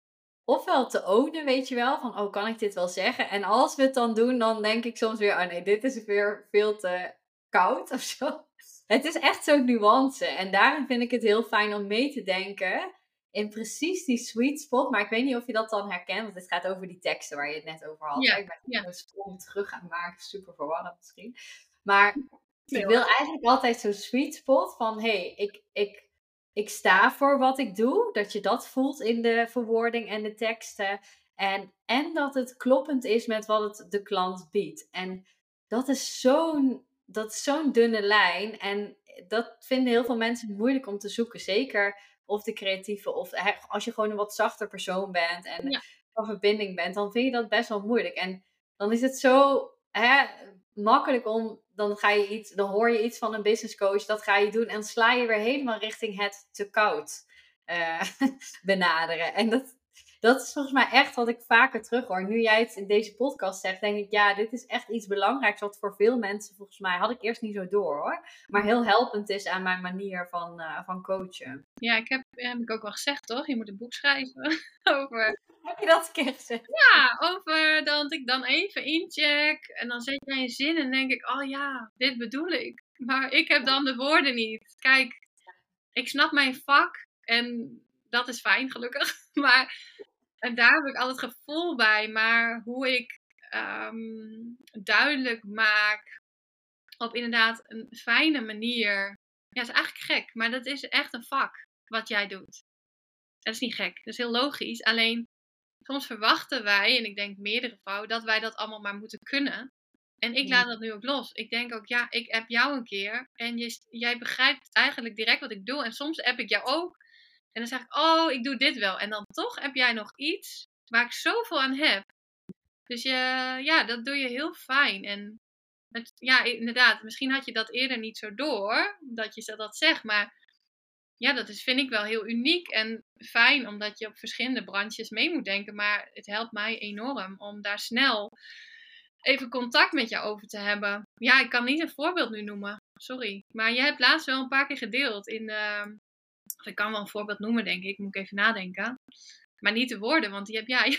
ofwel te ownen, weet je wel, van oh, kan ik dit wel zeggen? En als we het dan doen, dan denk ik soms weer, oh nee, dit is weer veel te koud of zo. Het is echt zo'n nuance. En daarin vind ik het heel fijn om mee te denken in precies die sweet spot. Maar ik weet niet of je dat dan herkent, want het gaat over die teksten waar je het net over had. Ja, ik ben ja. een sprong terug aan het maken, super verwarrend misschien. Maar nee, ik wil hoor. eigenlijk altijd zo'n sweet spot van, hé, hey, ik... ik Ik sta voor wat ik doe. Dat je dat voelt in de verwoording en de teksten. En, en dat het kloppend is met wat het de klant biedt. En dat is zo'n, dat is zo'n dunne lijn. En dat vinden heel veel mensen moeilijk om te zoeken. Zeker of de creatieve. Of hè, als je gewoon een wat zachter persoon bent. En ja. van verbinding bent. Dan vind je dat best wel moeilijk. En dan is het zo hè, makkelijk om... Dan, ga je iets, dan hoor je iets van een business coach, dat ga je doen. En dan sla je weer helemaal richting het te koud uh, benaderen. En dat, dat is volgens mij echt wat ik vaker terug hoor. Nu jij het in deze podcast zegt, denk ik, ja, dit is echt iets belangrijks. Wat voor veel mensen, volgens mij, had ik eerst niet zo door hoor. Maar heel helpend is aan mijn manier van, uh, van coachen. Ja, ik heb, heb ik ook wel gezegd, toch? Je moet een boek schrijven over... Heb je dat een keer gezegd? Ja, over dat ik dan even incheck en dan zet jij een zin en denk ik, oh ja, dit bedoel ik. Maar ik heb dan de woorden niet. Kijk, ik snap mijn vak en dat is fijn, gelukkig. Maar En daar heb ik altijd gevoel bij. Maar hoe ik um, duidelijk maak op inderdaad een fijne manier. Ja, is eigenlijk gek. Maar dat is echt een vak wat jij doet. Dat is niet gek. Dat is heel logisch. Alleen soms verwachten wij, en ik denk meerdere vrouwen, dat wij dat allemaal maar moeten kunnen. En ik laat dat nu ook los. Ik denk ook, ja, ik app jou een keer. En je, jij begrijpt eigenlijk direct wat ik doe. En soms app ik jou ook. En dan zeg ik, oh, ik doe dit wel. En dan toch heb jij nog iets waar ik zoveel aan heb. Dus je, ja, dat doe je heel fijn. En het, ja, inderdaad, misschien had je dat eerder niet zo door. Dat je dat zegt. Maar ja, dat is, vind ik wel heel uniek en fijn. Omdat je op verschillende branches mee moet denken. Maar het helpt mij enorm om daar snel even contact met je over te hebben. Ja, ik kan niet een voorbeeld nu noemen. Sorry. Maar je hebt laatst wel een paar keer gedeeld in... Uh, ik kan wel een voorbeeld noemen, denk ik. Moet ik even nadenken. Maar niet de woorden, want die heb jij.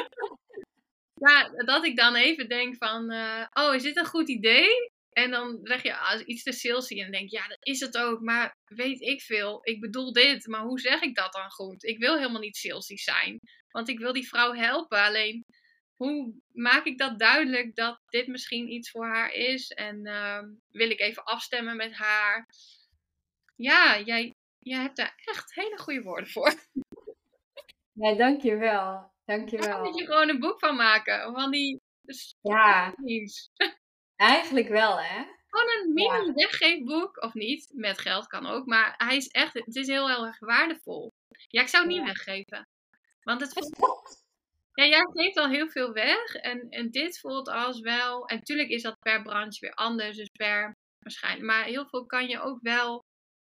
Ja, dat ik dan even denk van... Uh, oh, is dit een goed idee? En dan zeg je ah, iets te salesy. En dan denk je, ja, dat is het ook. Maar weet ik veel. Ik bedoel dit. Maar hoe zeg ik dat dan goed? Ik wil helemaal niet salesy zijn. Want ik wil die vrouw helpen. Alleen... Hoe maak ik dat duidelijk dat dit misschien iets voor haar is? En uh, wil ik even afstemmen met haar? Ja, jij, jij hebt daar echt hele goede woorden voor. Ja, dankjewel. Dankjewel. Daar moet je gewoon een boek van maken. Van die... Ja, eigenlijk wel, hè? Gewoon een mini ja. weggeefboek. Of niet, met geld kan ook. Maar hij is echt, het is heel, heel erg waardevol. Ja, ik zou het niet ja. weggeven. Want het voelt... Ja, jij geeft al heel veel weg. En, en dit voelt als wel... En natuurlijk is dat per branche weer anders. Dus per waarschijnlijk. Maar heel veel kan je ook wel...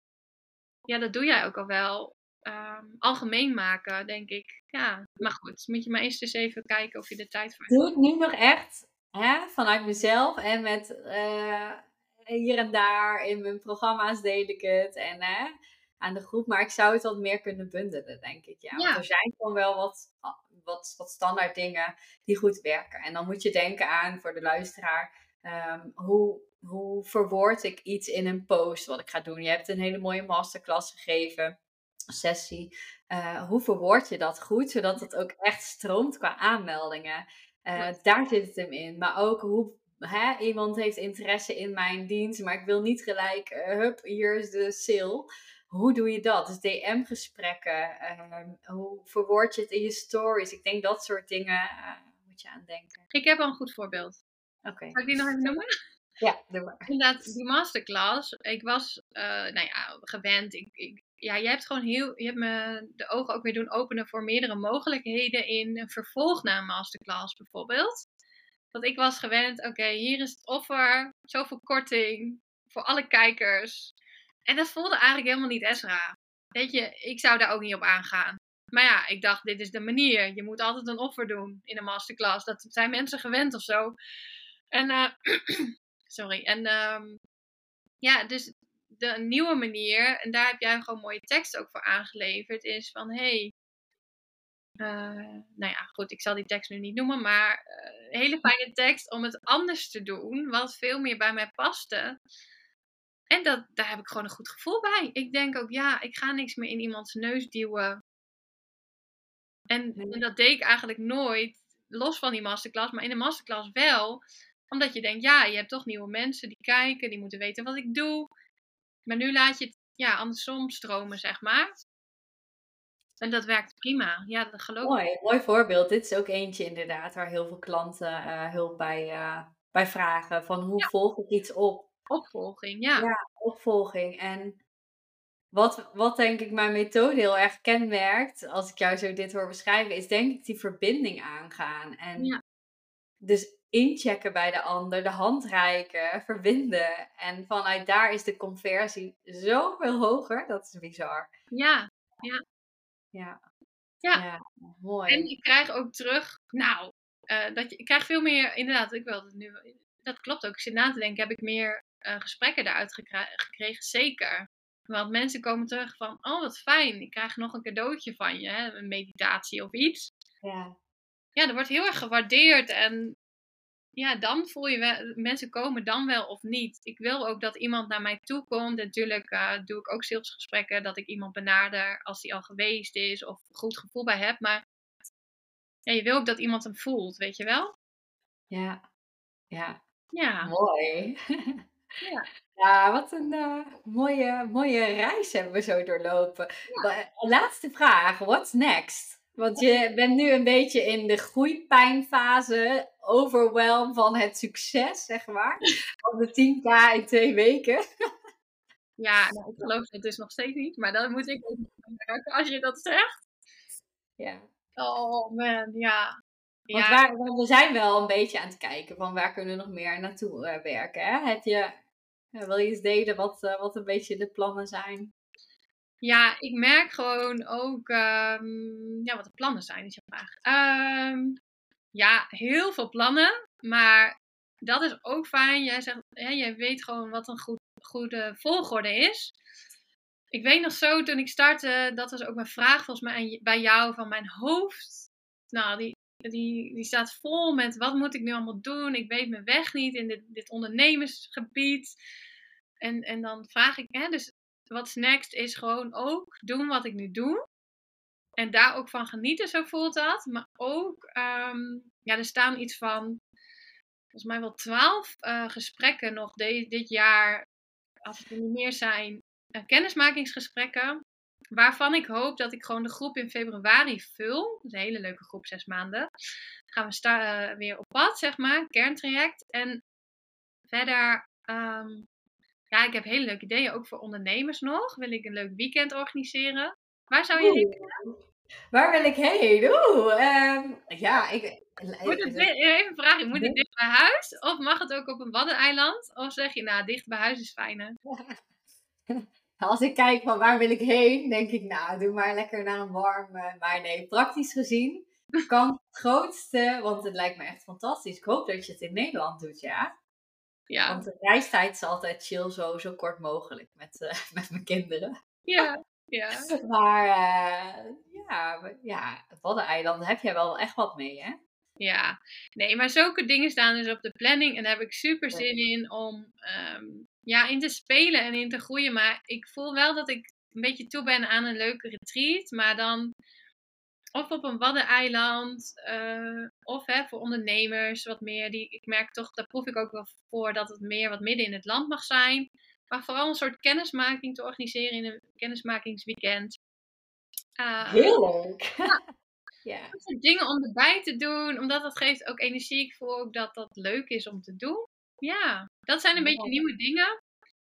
Ja, dat doe jij ook al wel. Um, algemeen maken, denk ik. Ja, maar goed. Moet je maar eerst eens even kijken of je de tijd voor hebt. Doe het nu nog echt hè, vanuit mezelf. En met uh, hier en daar in mijn programma's deel ik het. En hè, aan de groep. Maar ik zou het wat meer kunnen bundelen, denk ik. Ja, ja. Want er zijn gewoon wel wat... Wat, wat standaard dingen die goed werken. En dan moet je denken aan, voor de luisteraar, um, hoe, hoe verwoord ik iets in een post wat ik ga doen. Je hebt een hele mooie masterclass gegeven, sessie. Uh, hoe verwoord je dat goed, zodat het ook echt stroomt qua aanmeldingen. Uh, daar zit het hem in. Maar ook hoe hè, iemand heeft interesse in mijn dienst, maar ik wil niet gelijk, uh, hup, hier is de sale. Hoe doe je dat? Dus D M-gesprekken. Uh, hoe verwoord je het in je stories? Ik denk dat soort dingen uh, moet je aan denken. Ik heb al een goed voorbeeld. Oké. Okay. Zal ik die nog even noemen? Ja, doe maar. Inderdaad, die masterclass. Ik was, uh, nou ja, gewend. Ik, ik, ja, jij hebt gewoon heel... Je hebt me de ogen ook weer doen openen voor meerdere mogelijkheden in een vervolg na een masterclass bijvoorbeeld. Dat ik was gewend, oké, okay, hier is het offer. Zoveel korting voor alle kijkers. En dat voelde eigenlijk helemaal niet Ezra. Weet je, ik zou daar ook niet op aangaan. Maar ja, ik dacht, dit is de manier. Je moet altijd een offer doen in een masterclass. Dat zijn mensen gewend of zo. En, uh, sorry. En, um, ja, dus de nieuwe manier, en daar heb jij gewoon mooie tekst ook voor aangeleverd, is van, hé, hey, uh, nou ja, goed, ik zal die tekst nu niet noemen, maar uh, een hele fijne tekst om het anders te doen, wat veel meer bij mij paste. En dat, daar heb ik gewoon een goed gevoel bij. Ik denk ook, ja, ik ga niks meer in iemands neus duwen. En, nee. en dat deed ik eigenlijk nooit, los van die masterclass, maar in de masterclass wel. Omdat je denkt, ja, je hebt toch nieuwe mensen die kijken, die moeten weten wat ik doe. Maar nu laat je het ja, andersom stromen, zeg maar. En dat werkt prima. Ja, dat geloof ik. Mooi, mooi voorbeeld. Dit is ook eentje inderdaad waar heel veel klanten uh, hulp bij, uh, bij vragen. Van hoe ja. volg ik iets op? Opvolging, ja. Ja, opvolging. En wat, wat denk ik mijn methode heel erg kenmerkt, als ik jou zo dit hoor beschrijven, is denk ik die verbinding aangaan. En ja. dus inchecken bij de ander, de hand reiken, verbinden. En vanuit daar is de conversie zoveel hoger. Dat is bizar. Ja, ja. Ja, ja. ja mooi. En je krijgt ook terug, nou, uh, dat je, ik krijg veel meer, inderdaad, ik wil het nu, dat klopt ook. Ik zit na te denken, heb ik meer uh, gesprekken daaruit gekra- gekregen? Zeker. Want mensen komen terug van, oh wat fijn, ik krijg nog een cadeautje van je, hè, een meditatie of iets. Ja. Ja, dat wordt heel erg gewaardeerd en ja, dan voel je wel, mensen komen dan wel of niet. Ik wil ook dat iemand naar mij toe komt. Natuurlijk uh, doe ik ook salesgesprekken, dat ik iemand benader als die al geweest is of een goed gevoel bij heb. Maar ja, je wil ook dat iemand hem voelt, weet je wel? Ja, ja. Ja. Mooi. Ja. Ja, wat een uh, mooie, mooie reis hebben we zo doorlopen. Ja. Wa- Laatste vraag, what's next? Want je bent nu een beetje in de groeipijnfase, overwhelm van het succes, zeg maar. Van de tien k in twee weken. Ja, nou, ik geloof het dus nog steeds niet, maar dan moet ik even merken als je dat zegt. Ja. Oh man, ja. Want Ja, waar, want we zijn wel een beetje aan het kijken van waar kunnen we nog meer naartoe eh, werken. Hè? Heb je, ja, wil je eens delen wat, eh, wat een beetje de plannen zijn? ja, ik merk gewoon ook ehm, ja, wat de plannen zijn, is je vraag. Ehm, ja, heel veel plannen, maar dat is ook fijn. Jij zegt, hè, jij weet gewoon wat een goed, goede volgorde is. Ik weet nog zo, toen ik startte, dat was ook mijn vraag volgens mij aan, bij jou van mijn hoofd. Nou, die, die, die staat vol met wat moet ik nu allemaal doen? Ik weet mijn weg niet in dit, dit ondernemersgebied. En, en dan vraag ik, hè, dus what's next is gewoon ook doen wat ik nu doe. En daar ook van genieten, zo voelt dat. Maar ook, um, ja, er staan iets van, volgens mij wel twaalf uh, gesprekken nog de, dit jaar, als het er niet meer zijn, uh, kennismakingsgesprekken. Waarvan ik hoop dat ik gewoon de groep in februari vul. Dat is een hele leuke groep, zes maanden. Dan gaan we sta- uh, weer op pad, zeg maar, kerntraject. En verder, um, ja, ik heb hele leuke ideeën, ook voor ondernemers nog. Wil ik een leuk weekend organiseren. Waar zou je heen willen? Waar wil ik heen? Oeh, um, ja, ik... Moet het, even een vraag, moet het dicht bij huis? Of mag het ook op een waddeneiland? Of zeg je, nou, dicht bij huis is fijner? Als ik kijk van waar wil ik heen, denk ik, nou, doe maar lekker naar een warm... Uh, maar nee, praktisch gezien kan het grootste, want het lijkt me echt fantastisch. Ik hoop dat je het in Nederland doet, ja? Ja. Want de reistijd is altijd chill, zo, zo kort mogelijk met, uh, met mijn kinderen. Ja, ja. Maar uh, ja, ja, Waddeneiland heb jij wel echt wat mee, hè? Ja, nee, maar zulke dingen staan dus op de planning en daar heb ik super zin in om um, ja, in te spelen en in te groeien. Maar ik voel wel dat ik een beetje toe ben aan een leuke retreat, maar dan of op een waddeneiland uh, of hè, voor ondernemers wat meer. Die, ik merk toch, daar proef ik ook wel voor dat het meer wat midden in het land mag zijn. Maar vooral een soort kennismaking te organiseren in een kennismakingsweekend. Uh, Heel leuk! Ja. Ja. Dat soort dingen om erbij te doen, omdat dat geeft ook energie. Ik voel ook dat dat leuk is om te doen. Ja, dat zijn een ja. beetje nieuwe dingen.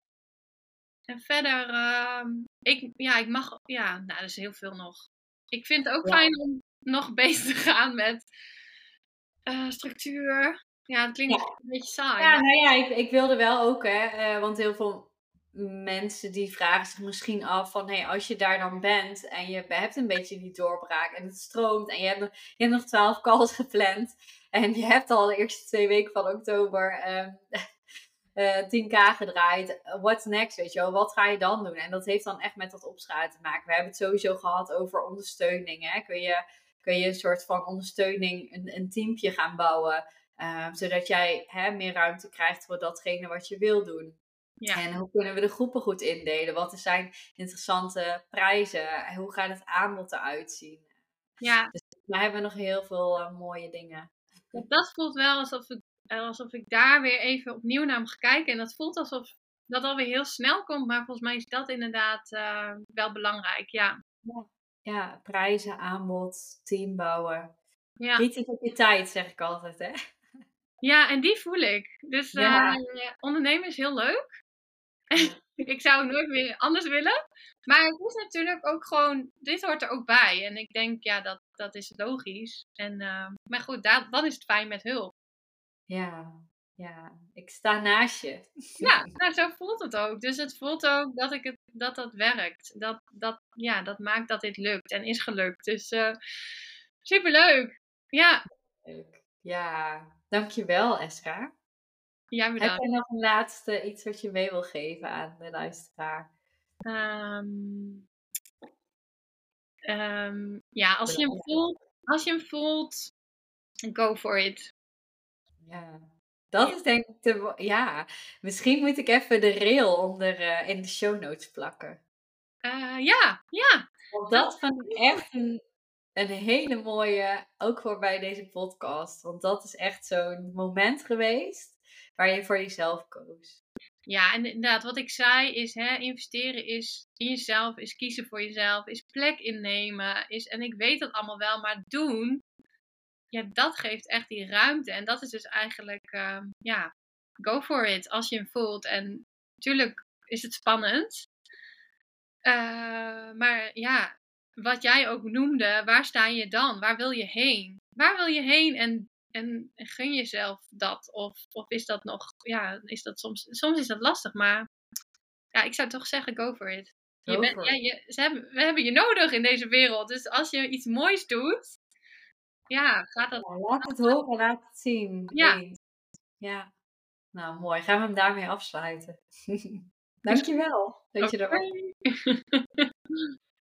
En verder, uh, ik, ja, ik mag, ja, nou, dat is heel veel nog. Ik vind het ook ja. fijn om nog bezig te gaan met uh, structuur. Ja, het klinkt ja. een beetje saai. Ja, maar... nou ja, ik, ik wilde wel ook, hè, uh, want heel veel mensen die vragen zich misschien af van, hé, hey, als je daar dan bent en je hebt een beetje die doorbraak en het stroomt en je hebt nog, je hebt nog twaalf calls gepland en je hebt al de eerste twee weken van oktober um, uh, tien k gedraaid, what's next, weet je wel, wat ga je dan doen? En dat heeft dan echt met dat opschuiven te maken. We hebben het sowieso gehad over ondersteuning, hè? Kun je, kun je een soort van ondersteuning, een, een teampje gaan bouwen, uh, zodat jij hè, meer ruimte krijgt voor datgene wat je wil doen. Ja. En hoe kunnen we de groepen goed indelen? Wat zijn interessante prijzen? Hoe gaat het aanbod eruit zien? Ja. Dus daar hebben we nog heel veel uh, mooie dingen. Ja, dat voelt wel alsof ik, alsof ik daar weer even opnieuw naar mag kijken. En dat voelt alsof dat alweer heel snel komt. Maar volgens mij is dat inderdaad uh, wel belangrijk. Ja. Ja. Ja, prijzen, aanbod, team bouwen. Ja. Kritisch op je tijd, zeg ik altijd, hè? Ja, en die voel ik. Dus ja. uh, ondernemen is heel leuk. Ik zou nooit meer anders willen. Maar het is natuurlijk ook gewoon, dit hoort er ook bij. En ik denk, ja, dat, dat is logisch. En, uh, maar goed, daar, dan is het fijn met hulp. Ja, ja, ik sta naast je. Ja, nou, zo voelt het ook. Dus het voelt ook dat ik het, dat, dat werkt. Dat, dat, ja, dat maakt dat dit lukt en is gelukt. Dus uh, superleuk. Ja. Leuk. Ja, dankjewel Esra. Ja, bedankt. Heb je nog een laatste iets wat je mee wil geven aan de luisteraar? Um, um, ja, als je hem voelt, als je hem voelt, go for it. Ja, dat is denk ik de... Ja, misschien moet ik even de rail onder uh, in de show notes plakken. Uh, ja, ja. Want dat vond ik echt een een hele mooie, ook voor bij deze podcast. Want dat is echt zo'n moment geweest waar je voor jezelf koos. Ja, en inderdaad, wat ik zei is, hè, investeren is in jezelf, is kiezen voor jezelf, is plek innemen. Is, en ik weet dat allemaal wel, maar doen, ja, dat geeft echt die ruimte. En dat is dus eigenlijk, uh, ja, go for it als je hem voelt. En natuurlijk is het spannend. Uh, maar ja, wat jij ook noemde, waar sta je dan? Waar wil je heen? Waar wil je heen en, en, en gun jezelf dat? Of, of is dat nog, ja, is dat soms, soms is dat lastig, maar ja, ik zou toch zeggen, go for it. Je Go bent, for ja, it. je, ze hebben, we hebben je nodig in deze wereld. Dus als je iets moois doet, ja, gaat dat. Ja, laat het horen, laat het zien. Ja. Eens. Ja. Nou, mooi. Gaan we hem daarmee afsluiten. Dankjewel dat je er was. Oké.